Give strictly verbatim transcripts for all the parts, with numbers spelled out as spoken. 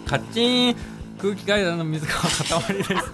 カッチン空気階段の水川かたまりです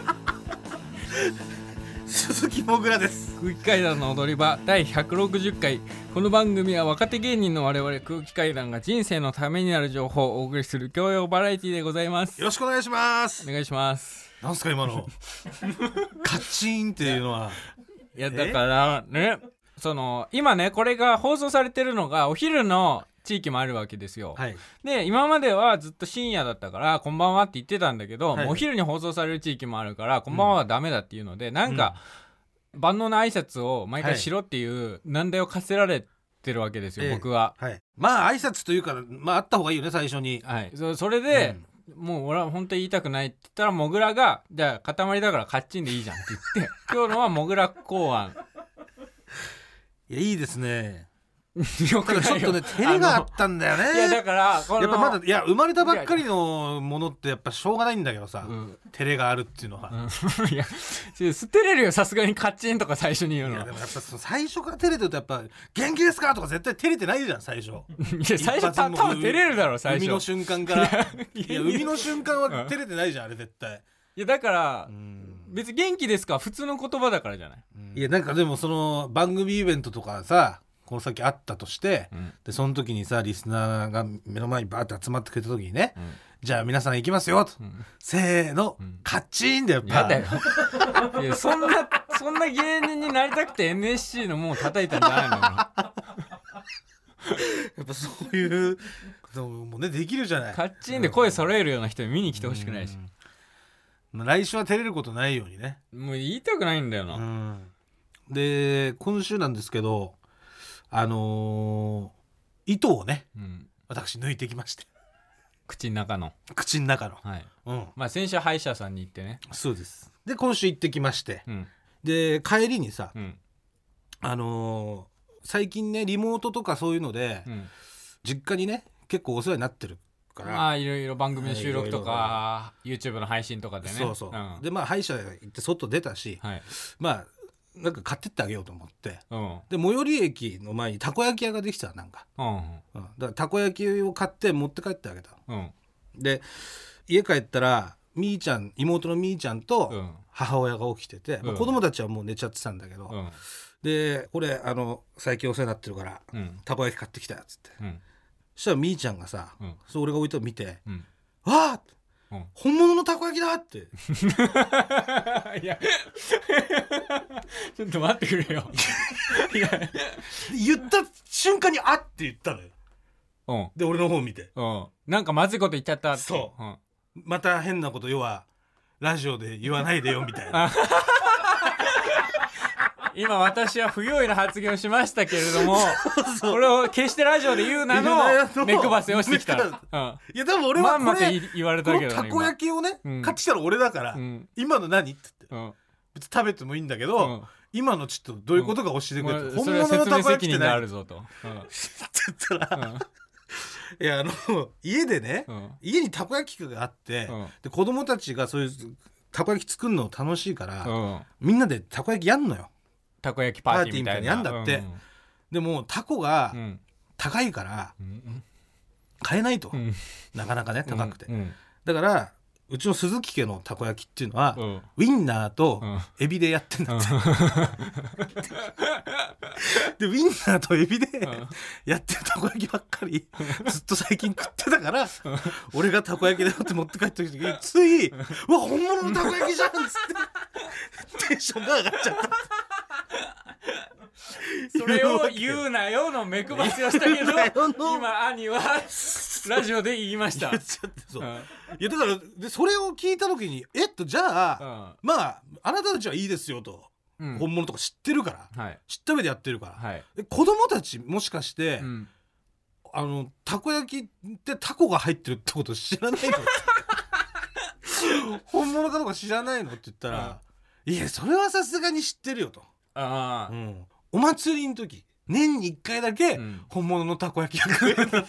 鈴木もぐらです。 空気階段の踊り場だいひゃくろくじゅっかい。この番組は若手芸人の我々空気階段が人生のためになる情報をお送りする教養バラエティでございます。 よろしくお願いします。 お願いします。 なんすか今のカッチーンっていうのは。 いやだからね、その今ねこれが放送されてるのがお昼の地域もあるわけですよ、 はい、 で今まではずっと深夜だったからこんばんはって言ってたんだけど、 はい、 もうお昼に放送される地域もあるからこんばんははダメだっていうので、うん、なんか、うん、万能な挨拶を毎回しろっていう難題を課せられてるわけですよ、はい、僕は、 はい、まあ挨拶というか、まああった方がいいよね最初に、 はい、そ, それで、うん、もう俺は本当に言いたくないって言ったらモグラがじゃあ塊だからカッチンでいいじゃんって言って今日のはモグラ考案。 いやいいですね。 よくないよ。 ちょっとね照れがあったんだよね。 いやだからこのやっぱまだいや生まれたばっかりのものってやっぱしょうがないんだけどさ、うん、照れがあるっていうのは、うん、いや捨てれるよさすがにカッチンとか最初に言うの。 いやでもやっぱその最初から照れてるとやっぱ元気ですかとか絶対照れてないじゃん最初。いや最初た多分照れるだろ最初。 海の瞬間から。いや海の瞬間は照れてないじゃんあれ絶対。 いやだから別に元気ですか普通の言葉だからじゃない。 いやなんかでもその番組イベントとかさこの先あったとして、うん、でその時にさリスナーが目の前にバーって集まってくれた時にね、うん、じゃあ皆さん行きますよと、うん、せーの、うん、カッチーンだよやっぱ。 やだよいやそんなそんな芸人になりたくて エヌエスシー のもう叩いたんじゃないのよやっぱそういうのもねできるじゃない。 カッチーンで声揃えるような人に見に来てほしくないし、 うん、来週は照れることないようにね。 もう言いたくないんだよな、うん、 で今週なんですけどあのー、糸をね、うん、私抜いてきまして口の中の口の中の、 はいうん、まあ先週歯医者さんに行ってね。 そうです。で今週行ってきまして、うん、で帰りにさ、うん、あのー、最近ねリモートとかそういうので、うん、実家にね結構お世話になってるから、 まあいろいろ番組の収録とか、はい、YouTube の配信とかでね。 そうそう、うん、でまあ歯医者行って外出たし、はい、まあなんか買ってってあげようと思って、うん、で最寄り駅の前にたこ焼き屋ができたなんか、うんうん、だからたこ焼きを買って持って帰ってあげた、うん、で家帰ったらみーちゃん妹のみーちゃんと母親が起きてて、うんまあ、子供たちはもう寝ちゃってたんだけど、うん、でこれあの最近お世話になってるから、うん、たこ焼き買ってきたやつって、うん、そしたらみーちゃんがさ、うん、そ俺が置いたの見て、うん、わーうん、本物のたこ焼きだっていやちょっと待ってくれよいや言った瞬間にあって言ったのよ、うん、で俺の方見て、 うん、なんかまずいこと言っちゃったって。 そう、うん、また変なこと要はラジオで言わないでよみたいな今私は不用意な発言をしましたけれどもこれを決してラジオで言うなの目くばせをしてきた、うん、 いやでも俺はこれ、まんま言われたけど、ね、 このたこ焼きをね、うん、買ってきたの俺だから、うん、今の何って言って、うん、別に食べてもいいんだけど、うん、今のちょっとどういうことか教えてくれて、うん、 本物のたこ焼きってないって言ったら、うん、いやあの家でね、うん、家にたこ焼き器があって、うん、で子供たちがそういうたこ焼き作るの楽しいから、うん、みんなでたこ焼きやんのよ。 たこ焼きパーティーみたいなやんだって、うんうん、でもタコが高いから買えないと、うん、なかなかね高くて、うんうん、だからうちの鈴木家のたこ焼きっていうのは、うん、ウインナーとエビでやってんだって、うん、でウインナーとエビでやってるたこ焼きばっかりずっと最近食ってたから俺がたこ焼きだよって持って帰った時についうわ本物のたこ焼きじゃんっつってテンションが上がっちゃったそれを言うなよの目配せをしたけど今兄はラジオで言いました。 そう、うん、いやだからでそれを聞いた時にえっとじゃあ、うん、まああなたたちはいいですよと、うん、本物とか知ってるから、はい、知った上でやってるから、はい、子供たちもしかして、うん、あのたこ焼きってタコが入ってるってこと知らないの本物かどうか知らないのって言ったら、うん、いやそれはさすがに知ってるよと。あ、うん、お祭りの時年にいっかいだけ本物のたこ焼きが食える、うん、だ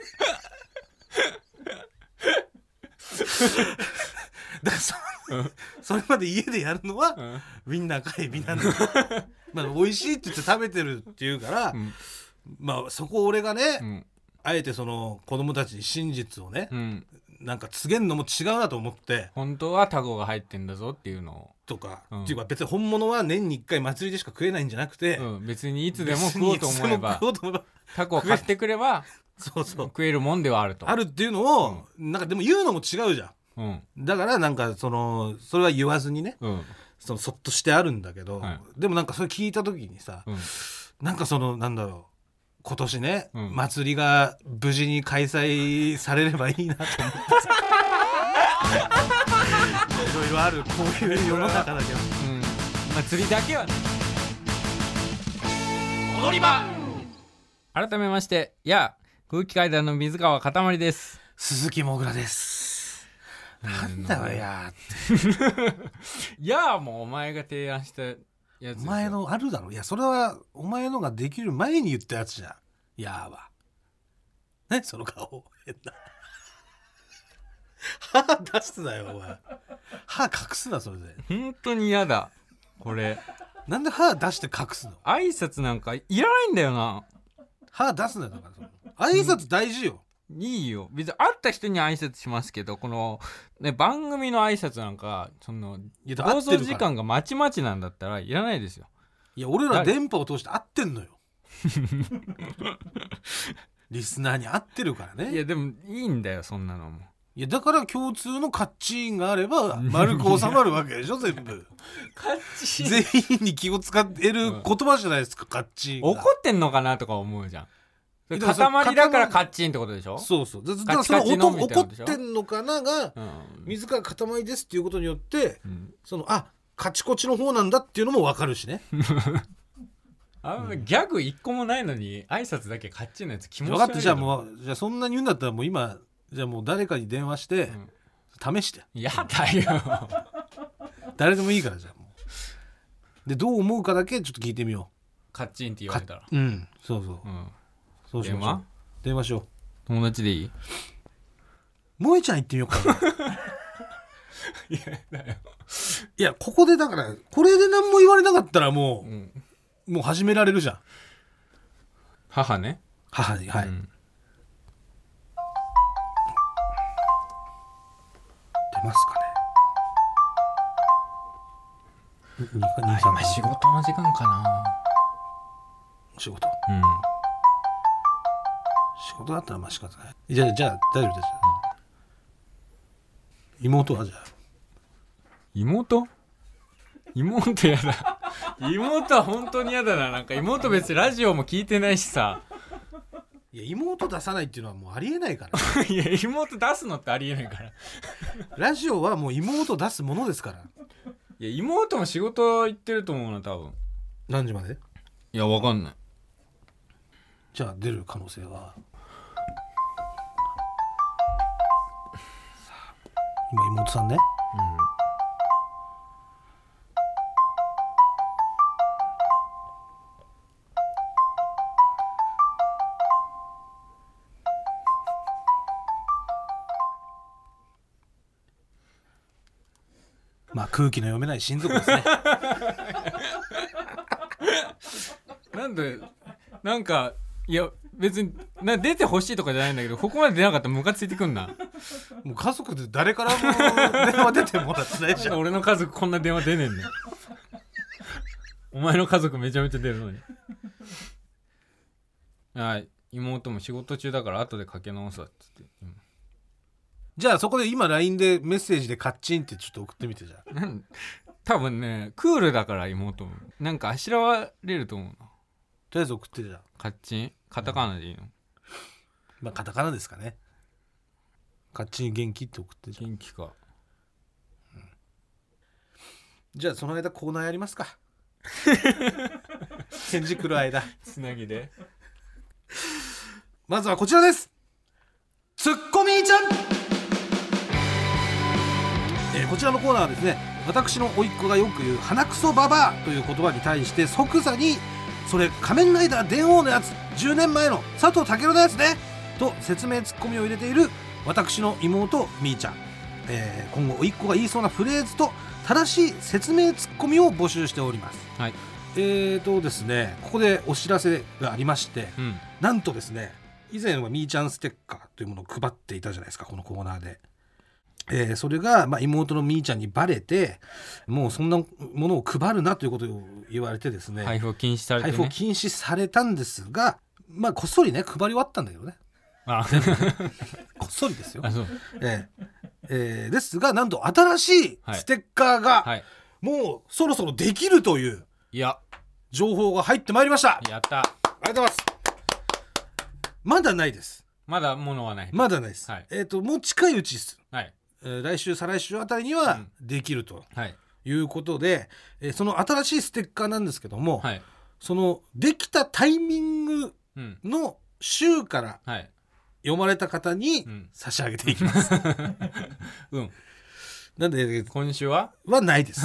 からそ,、うん、それまで家でやるのは、うん、ウインナーかエビなんだまあ美味しいって言って食べてるって言うから、うん、まあそこ俺がね、うん、あえてその子供たちに真実をね、うん、 なんか告げんのも違うなと思って、 本当はタコが入ってんだぞっていうのをとか、 うん、 っていうか別に本物は年にいっかい祭りでしか食えないんじゃなくて、 うん、別にいつでも食おうと思えばタコを買ってくればそうそう食えるもんではあるとあるっていうのを、うん、なんかでも言うのも違うじゃん、うん、だからなんかそのそれは言わずにね、うん、そのそっとしてあるんだけど、はい、でもなんかそれ聞いた時にさ、うん、なんかそのなんだろう今年ね、うん、祭りが無事に開催されればいいなと思ってさいろいろあるこういう世の中だけど、うん、 祭りだけはね。踊り場改めましてや空気階段の水川かたまりです。 鈴木もぐらです。なんだよやーってやーもうお前が提案したやつ。 お前のあるだろ。いやそれはお前のができる前に言ったやつじゃん。やーはねその顔変な歯出すなよお前。歯隠すなそれで。 本当に嫌だこれ。 なんで歯出して隠すの。 挨拶なんかいらないんだよな。 歯出すなよだからその挨拶大事よ、 うん、いいよ別に会った人に挨拶しますけどこの、ね、番組の挨拶なんかその放送時間がまちまちなんだったらいらないですよ。 いや俺ら電波を通して会ってんのよリスナーに合ってるからね。 いやでもいいんだよそんなのも。 いやだから共通のカッチーンがあれば丸く収まるわけでしょ全部カッチーン全員に気を使える言葉じゃないですか、うん、カッチーンが。 怒ってんのかなとか思うじゃん。塊だからカッチーンってことでしょ。 そうそうだからその音怒ってんのかなが、うん、水川かたまりですっていうことによって、うん、そのあカチコチの方なんだっていうのも分かるしねあんまギャグ一個もないのに挨拶だけカッチーンのやつ気持ち悪い。 分かったじゃあもうじゃあそんなに言うんだったらもう今じゃあもう誰かに電話して、うん、試してやだよ誰でもいいからじゃあもうでどう思うかだけちょっと聞いてみよう。カッチンって言われたらうんそうそう、うん、そうしましょう。電話電話しよう。 友達でいい。 萌えちゃん行ってみようかいやだよいやここでだからこれで何も言われなかったらもう、うん、もう始められるじゃん。 母ね母にはい、うん出ますかね。ににさん仕事の時間かな。 仕事、うん、仕事だったらまあ仕方ない。じゃあじゃあ大丈夫です、うん、妹はじゃあ妹妹やだ妹は本当にやだな。なんか妹別にラジオも聞いてないしさ。 いや妹出さないっていうのはもうありえないからいや妹出すのってありえないからラジオはもう妹出すものですから。 いや妹も仕事行ってると思うな多分。 何時まで。 いやわかんない。 じゃあ出る可能性は今妹さんね、うんまあ空気の読めない親族ですねなんでなんかいや別にな出てほしいとかじゃないんだけどここまで出なかったらムカついてくんな。 もう家族で誰からも電話出てもらってないじゃん俺の家族こんな電話出ねえんだよお前の家族めちゃめちゃ出るのにあ妹も仕事中だから後でかけ直すわっつって、うん、 じゃあそこで今 ライン でメッセージでカッチンってちょっと送ってみて。じゃあ多分ねクールだから妹もなんかあしらわれると思うな。 とりあえず送ってじゃあカッチンカタカナでいいの、うん、 まあカタカナですかね。カッチン元気って送ってじゃあ元気か、 うん、じゃあその間コーナーやりますか返事来る間つなぎでまずはこちらです。ツッコミーちゃん、えー、こちらのコーナーはですね私の甥っ子がよく言う鼻くそババアという言葉に対して即座にそれ仮面ライダー電王のやつじゅうねんまえの佐藤健のやつねと説明ツッコミを入れている私の妹みーちゃん、えー、今後甥っ子が言いそうなフレーズと正しい説明ツッコミを募集しております、はい、えーとですねここでお知らせがありまして、うん、なんとですね以前はみーちゃんステッカーというものを配っていたじゃないですかこのコーナーで。 えー、それが、まあ、妹のみーちゃんにバレて、もうそんなものを配るなということを言われてですね、 配布を禁止されて、ね、 配布を禁止されたんですが、まあ、こっそりね配り終わったんだけどね。あこっそりですよ。あ、そう、えーえー、ですが、なんと新しいステッカーが、はいはい、もうそろそろできるという情報が入ってまいりました。 やった。 ありがとうございます。まだないです。 まだ物はない。 まだないです、はい、えーともう近いうちです、はい、えー、来週再来週あたりにはできるということで、うん、えー、その新しいステッカーなんですけども、はい、そのできたタイミングの週から読まれた方に差し上げていきます、うん、なんで今週ははないです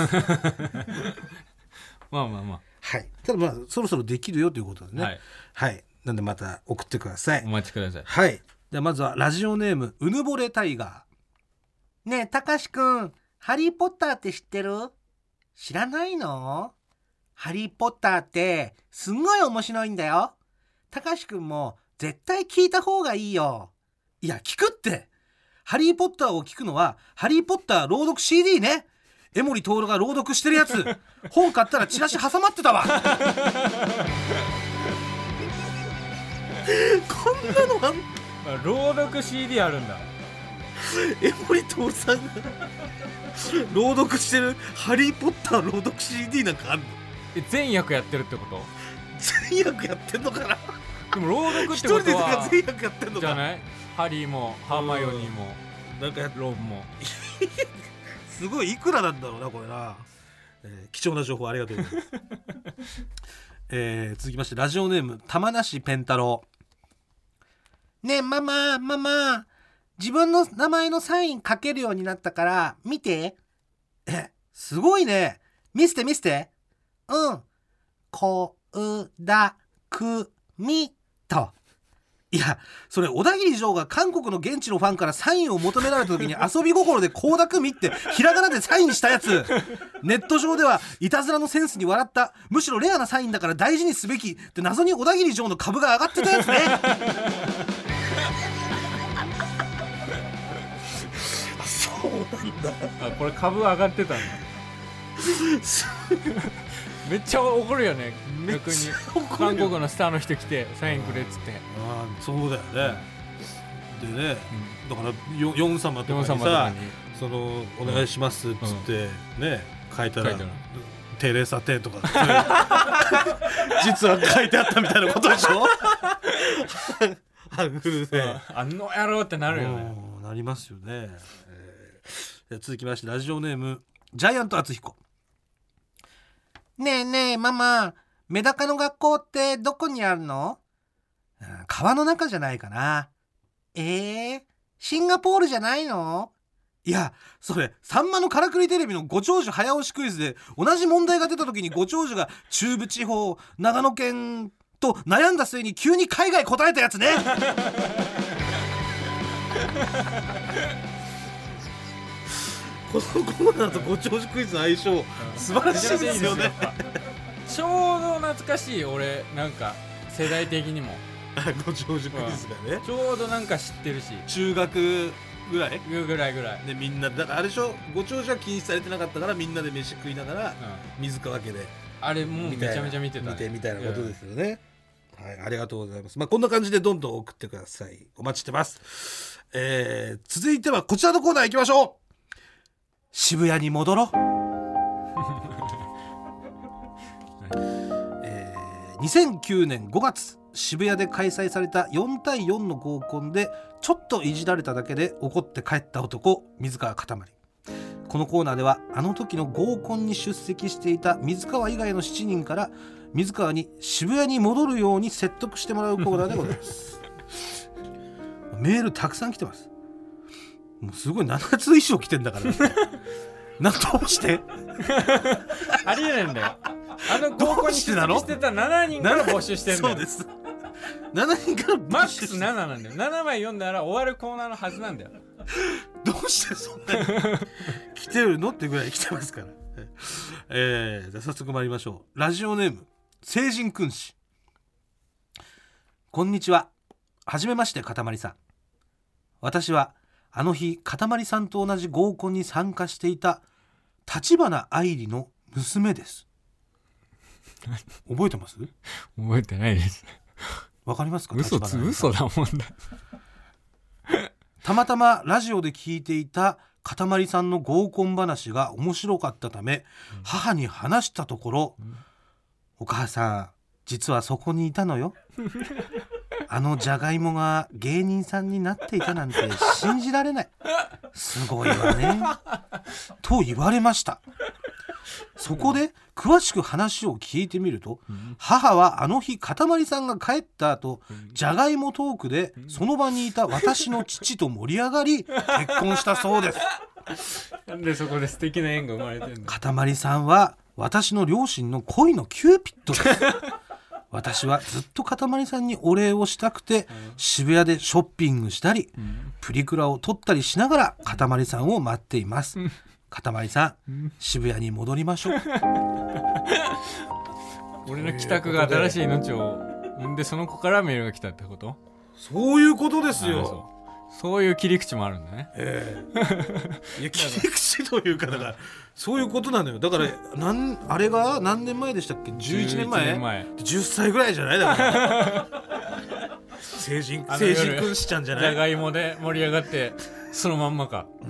まあまあまあ、 はい、ただまあそろそろできるよということでね、はい、はい、なんでまた送ってください。 お待ちください。 はい。ではまずはラジオネームうぬぼれタイガー。ねえたかしくん、ハリーポッターって知ってる？知らないの？ハリーポッターってすんごい面白いんだよ。たかしくんも絶対聞いた方がいいよ。いや聞くって。ハリーポッターを聞くのはハリーポッター朗読 シーディー ね。江森徹が朗読してるやつ。本買ったらチラシ挟まってたわ。こんなのあん朗読 シーディー あるんだ。 江森徹さんが朗読してるハリーポッター朗読 シーディー なんかあんの？ え、全役やってるってこと？ 全役やってんのかな。 でも朗読ってことは一人でなんか全役やってんのかじゃない？ハリーもハーマイオニーもなんかロンもすごいいくらなんだろうなこれな、えー、貴重な情報ありがとうございます、えー、続きましてラジオネーム玉梨ペン太郎。ねえママママ、自分の名前のサイン書けるようになったから見て。え、すごいね。見せて見せて。うん。こうだくみと。いや、それ小田切城が韓国の現地のファンからサインを求められた時に遊び心で倖田來未ってひらがなでサインしたやつ。ネット上ではいたずらのセンスに笑った、むしろレアなサインだから大事にすべきって謎に小田切城の株が上がってたやつね。そうなんだ。 あ、これ株上がってたんだ。めっちゃ怒るよね。逆に韓国のスターの人来てサインくれっつって。 ああ、そうだよね、うん、でね、うん、だからヨヨン様とかにさ、そのお願いしますっつって、うん、ね書いたらテレサテとか実は書いてあったみたいなことでしょ。ハングルであの野郎ってなるよね。 なりますよね、えー、続きましてラジオネームジャイアント厚彦。ねえねえママ、メダカの学校ってどこにあるの？川の中じゃないかな。えー、シンガポールじゃないの？いや、それさんまのからくりテレビのご長寿早押しクイズで同じ問題が出た時にご長寿が中部地方長野県と悩んだ末に急に海外答えたやつね。このコーナーとご長寿クイズの相性素晴らしいですよね。 ちょうど懐かしい。俺なんか世代的にもご長寿クイズがね、 うん、ちょうどなんか知ってるし、 中学ぐらいぐらいぐらいでみんなだからあれでしょ、ご長寿は禁止されてなかったからみんなで飯食いながら、うん、水かけであれもうめちゃめちゃ見てた、ね、 見てみたいなことですよね、うん、はい、ありがとうございます。まあこんな感じでどんどん送ってください。お待ちしてます、えー、続いてはこちらのコーナー行きましょう。渋谷に戻ろう。えー、にせんきゅうねんごがつ渋谷で開催されたよんたいよんの合コンでちょっといじられただけで怒って帰った男、水川かたまり。このコーナーではあの時の合コンに出席していた水川以外のしちにんから水川に渋谷に戻るように説得してもらうコーナーでございますメールたくさん来てます。もうすごいななつ衣装着てんだからな、どうしてありえないんだよ。あの合コンに出席してたしちにんから募集してんだよ。 そうです、しちにんからマックスなななんだよ。ななまい読んだら終わるコーナーのはずなんだよ。 どうしてそんなに来てるのってぐらい来てますから、えー、じゃあ早速参りましょう。ラジオネーム聖人君子。こんにちは、はじめましてかたまりさん。私はあの日かたまりさんと同じ合コンに参加していた立花愛理の娘です。覚えてます？ 覚えてないです。 わかりますか？ 嘘つ嘘だもんだ。 たまたまラジオで聞いていたかたまりさんの合コン話が面白かったため、うん、母に話したところ、うん、お母さん実はそこにいたのよ。あのじゃがいもが芸人さんになっていたなんて信じられない。すごいわね。と言われました。そこで詳しく話を聞いてみると、うん、母はあの日かたまりさんが帰った後、うん、じゃがいもトークでその場にいた私の父と盛り上がり結婚したそうです。 なんでそこで素敵な縁が生まれてるの？ かたまりさんは私の両親の恋のキューピッドです。私はずっとかたまりさんにお礼をしたくて、うん、渋谷でショッピングしたり、うん、プリクラを撮ったりしながらかたまりさんを待っています。うん、かたまりさん、うん、渋谷に戻りましょう。 俺の帰宅が新しい命を生んで、その子からメールが来たってこと？ そういうことですよ。 そう、そういう切り口もあるんだね。ええいや切り口というか、だからそういうことなのよ。だからなんあれが何年前でしたっけ？じゅういちねんまえ、じゅういちねんまえじゅっさいぐらいじゃない？だから成人成人君しちゃんじゃない？ じゃがいもで盛り上がってそのまんまか。 うん、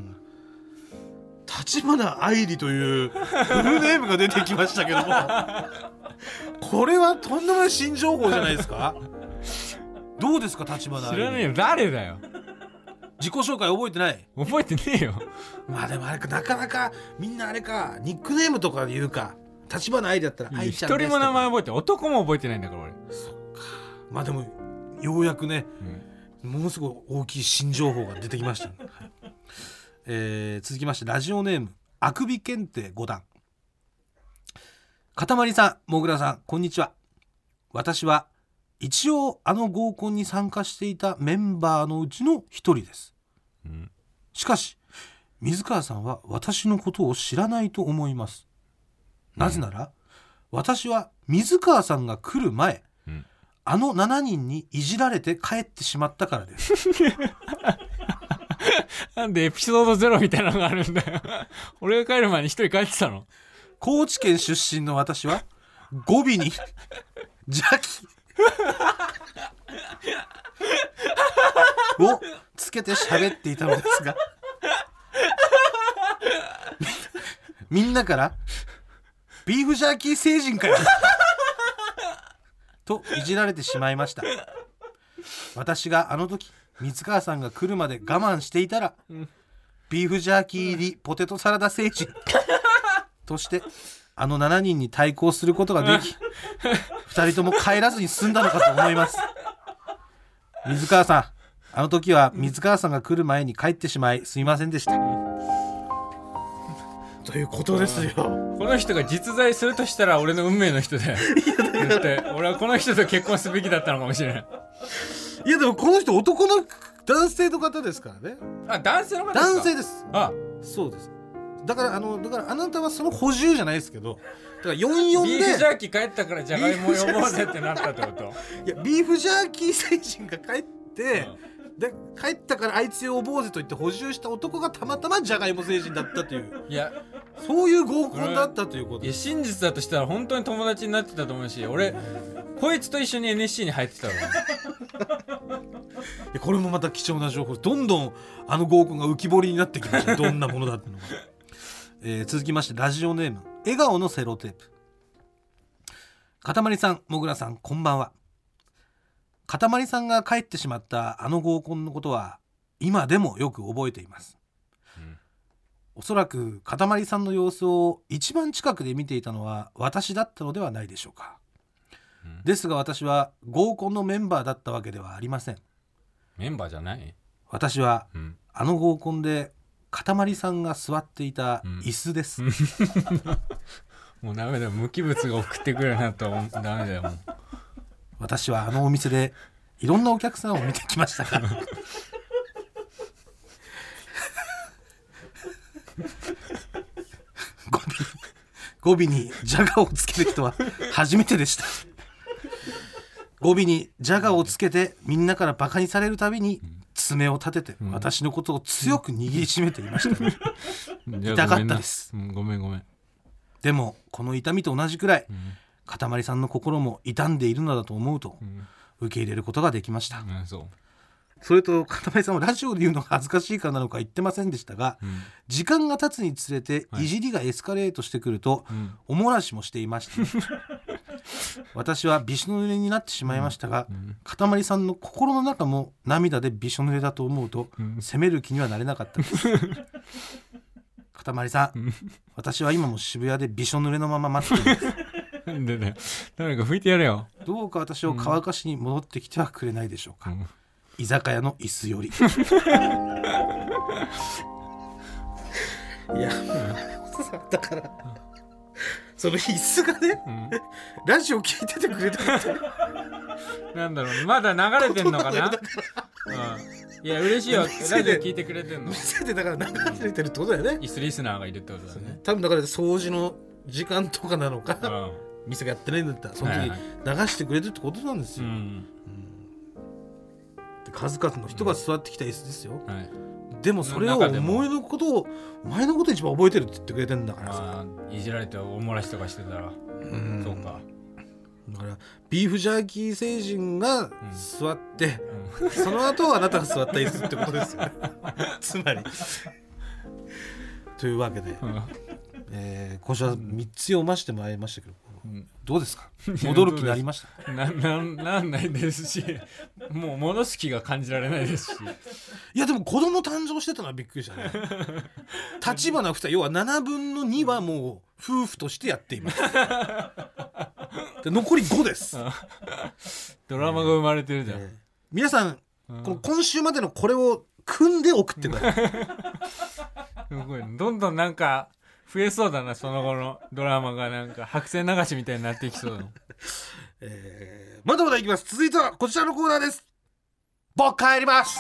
立花愛理というフルネームが出てきましたけどもこれはとんでもない新情報じゃないですか。どうですか立花愛理？ 知らないよ。誰だよ。 自己紹介覚えてない？ 覚えてねえよ。 まあでもあれか、なかなかみんなあれか、ニックネームとかで言うか。立花愛理だったら愛ちゃんですとか。 一人も名前覚えて、男も覚えてないんだから俺。 そっか。まあでもようやくね、うん、ものすごい大きい新情報が出てきました、ね。えー、続きましてラジオネームあくび検定ご段。かたまりさん、もぐらさん、こんにちは。私は一応あの合コンに参加していたメンバーのうちの一人です。うん、しかし水川さんは私のことを知らないと思います。なぜなら、うん、私は水川さんが来る前、うん、あのしちにんにいじられて帰ってしまったからです。 なんでエピソードゼロみたいなのがあるんだよ。俺が帰る前に一人帰ってたの？ 高知県出身の私は語尾に邪気をつけて喋っていたのですが、みんなからビーフジャーキー星人かよといじられてしまいました。私があの時水川さんが来るまで我慢していたら、うん、ビーフジャーキー入りポテトサラダ星人としてあのしちにんに対抗することができ、ふたりとも帰らずに済んだのかと思います。水川さん、あの時は水川さんが来る前に帰ってしまいすいませんでした、ということですよ。 この人が実在するとしたら俺の運命の人だよ。だって俺はこの人と結婚すべきだったのかもしれない。 いやでもこの人男の男性の方ですからね。 あ、男性の方ですか？ 男性です。あ、そうです。だからあのだからあなたはその補充じゃないですけど、だからよんじゅうよんでビーフジャーキー帰ったからじゃがいも呼ぼうぜってなったってこと？ いやビーフジャーキー星人が帰って、うん、で帰ったからあいつ呼ぼうぜと言って補充した男がたまたまじゃがいも星人だったという。いやそういう合コンだったということ。 いや真実だとしたら本当に友達になってたと思うし、俺こいつと一緒に エヌエスシー に入ってたわ。いやこれもまた貴重な情報。どんどんあの合コンが浮き彫りになってきました。どんなものだってのが。えー、続きましてラジオネーム笑顔のセロテープ。かたまりさん、もぐらさん、こんばんは。かたまりさんが帰ってしまったあの合コンのことは今でもよく覚えています、うん、おそらくかたまりさんの様子を一番近くで見ていたのは私だったのではないでしょうか、うん、ですが私は合コンのメンバーだったわけではありません。 メンバーじゃない？ 私は、うん、あの合コンでかたまりさんが座っていた椅子です、うん、 もうダメだよ、無機物が送ってくるなとダメだよ。もう私はあのお店でいろんなお客さんを見てきましたから語尾にジャガをつける人は初めてでした。語尾にジャガをつけてみんなからバカにされるたびに爪を立てて私のことを強く握りしめていました、ね、うん、痛かったです、 うん、ごめんごめん。 でもこの痛みと同じくらい、うん、かたまりさんの心も傷んでいるのだと思うと、うん、受け入れることができました、うん、そうそれとかたまりさんはラジオで言うのが恥ずかしいからなのか言ってませんでしたが、うん、時間が経つにつれていじりがエスカレートしてくると、はい、おもらしもしていました、ね、私はびしょ濡れになってしまいましたが、うん、かたまりさんの心の中も涙でびしょ濡れだと思うと、うん、責める気にはなれなかったですかたまりさん、うん、私は今も渋谷でびしょ濡れのまま待っていますなんでね、誰か拭いてやれよ。 どうか私を乾かしに戻ってきてはくれないでしょうか、うん、居酒屋の椅子よりいや、うん、だからその椅子がね、うん、ラジオ聞いててくれたってなんだろう、まだ流れてんのかな、うん、いや嬉しいよ、ラジオ聞いてくれてんの。 店でだから流れてるってことだよね。 椅子リスナーがいるってことだね。 多分だから掃除の時間とかなのか、うん、店がやってないんだったらその時に流してくれるってことなんですよ、はいはい、うんうん、で数々の人が座ってきた椅子ですよ、はい、でもそれを思いのことをお前のこと一番覚えてるって言ってくれてんだからさ、 いじられておもらしとかしてたら、うん、そうか。 だからビーフジャーキー星人が座って、うんうん、その後あなたが座った椅子ってことですよねつまりというわけで、うん、えー、今週はみっつ読ませてもらいましたけど、うん、どうですか、戻る気になりました？ な, な, なんないですし、もう戻す気が感じられないですしいやでも子供誕生してたのはびっくりしたね立花夫妻、要はななぶんのにはもう夫婦としてやっていますで残りごですドラマが生まれてるじゃん、えー、 皆さん、うん、この今週までのこれを組んで送ってくださいすごい、どんどんなんか増えそうだな、その後のドラマがなんか白線流しみたいになっていきそうだ、 えー、まだまだいきます。続いてはこちらのコーナーです。僕帰ります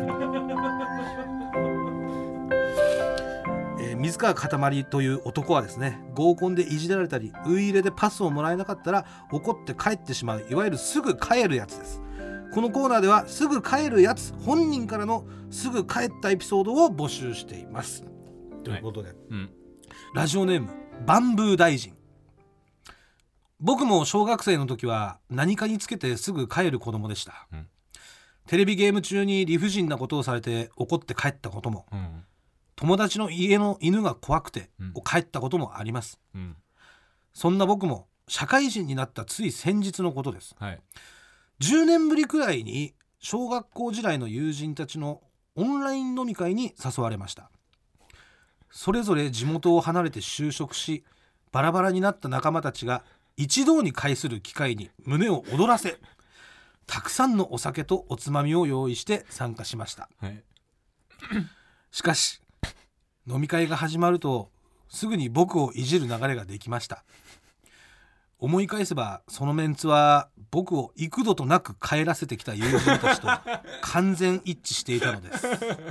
えー、水川かたまりという男はですね、合コンでいじられたりウイイレでパスをもらえなかったら怒って帰ってしまう、いわゆるすぐ帰るやつです。このコーナーではすぐ帰るやつ本人からのすぐ帰ったエピソードを募集しています、ということで、はい、うん、ラジオネームバンブー大臣。僕も小学生の時は何かにつけてすぐ帰る子供でした、うん、テレビゲーム中に理不尽なことをされて怒って帰ったことも、うん、友達の家の犬が怖くて、うん、帰ったこともあります、うん、そんな僕も社会人になったつい先日のことです、はい、じゅうねんぶりくらいに小学校時代の友人たちのオンライン飲み会に誘われました。それぞれ地元を離れて就職しバラバラになった仲間たちが一堂に会する機会に胸を躍らせ、たくさんのお酒とおつまみを用意して参加しました、はい、しかし飲み会が始まるとすぐに僕をいじる流れができました。思い返せばそのメンツは僕を幾度となく帰らせてきた友人たちと完全一致していたのです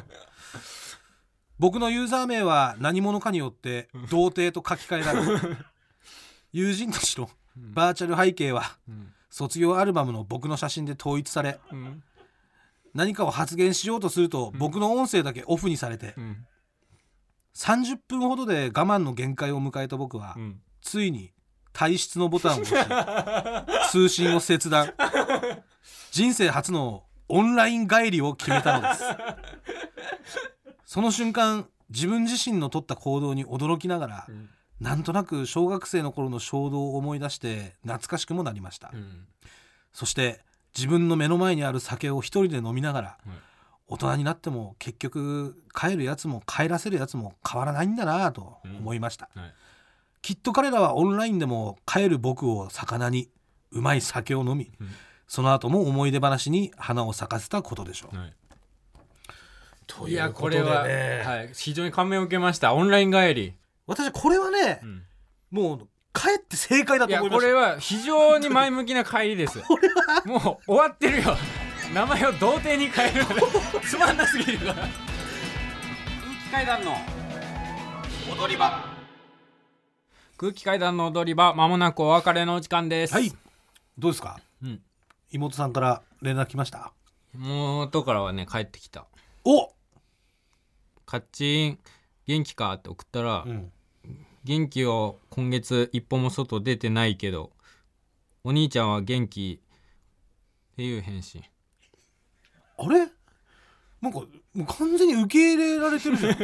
僕のユーザー名は何者かによって童貞と書き換えられ友人たちのバーチャル背景は卒業アルバムの僕の写真で統一され、何かを発言しようとすると僕の音声だけオフにされて、さんじゅっぷんほどで我慢の限界を迎えた僕はついに退出のボタンを押し通信を切断、人生初のオンライン帰りを決めたのです。その瞬間自分自身の取った行動に驚きながら、うん、なんとなく小学生の頃の衝動を思い出して懐かしくもなりました、うん、そして自分の目の前にある酒を一人で飲みながら、うん、大人になっても結局帰るやつも帰らせるやつも変わらないんだなと思いました、うん、はい、きっと彼らはオンラインでも帰る僕を魚にうまい酒を飲み、うん、その後も思い出話に花を咲かせたことでしょう、はい、ということでね、いやこれは、はい、非常に感銘を受けました。オンライン帰り、私これはね、うん、もう帰って正解だと思いました。いやこれは非常に前向きな帰りですこれはもう終わってるよ名前を童貞に変えるつまんなすぎるから空気階段の踊り場、空気階段の踊り場、まもなくお別れの時間です。はい、どうですか、うん、妹さんから連絡来ました？ 妹からはね帰ってきた。 おカッチン元気かって送ったら、 うん、 元気は今月一歩も外出てないけどお兄ちゃんは元気っていう返信。 あれなんかもう完全に受け入れられてるじゃん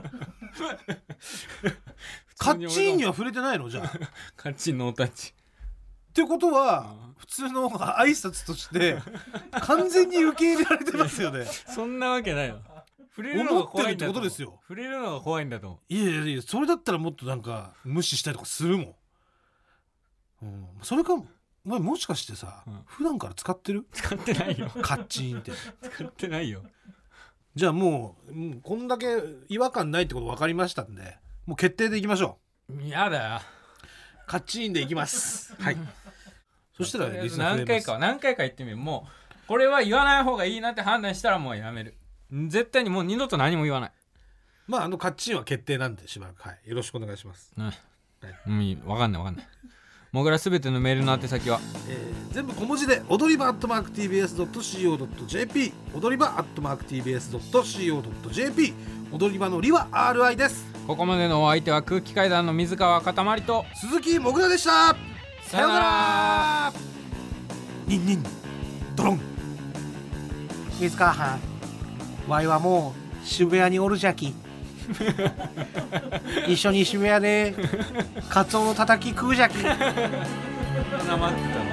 カッチンには触れてないのじゃあカッチンノータッチってことは普通の挨拶として完全に受け入れられてますよねそんなわけないよ。触れるのが怖いんだと思う。思ってるってことですよ。触れるのが怖いんだと思う。 いやいやいやそれだったらもっとなんか無視したりとかするもん、うん、それかお前もしかしてさ、うん、普段から使ってる？ 使ってないよカッチンって使ってないよ。 じゃあもう、うん、こんだけ違和感ないってこと分かりましたんでもう決定でいきましょう。やだよカッチンでいきますはいそしたらリスナー何回か何回か言ってみる。もうこれは言わない方がいいなって判断したらもうやめる。絶対にもう二度と何も言わない。 まああのカッチンは決定なんでしばらく、はい、よろしくお願いします、 うんはい、うん、分かんない分かんないもぐらすべてのメールの宛先は、 えー、全部小文字で踊り場アットマーク ティービーエスドットシーオードットジェーピー 踊り場アットマーク ティービーエスドットシーオードットジェーピー 踊り場のりは アールアイ です。 ここまでのお相手は空気階段の水川かたまりと鈴木もぐらでした。 さよなら。 ニンニンドロン。 水川はんわいはもう渋谷におるじゃき一緒に渋谷でカツオのたたき食うじゃき。 なまってたわ。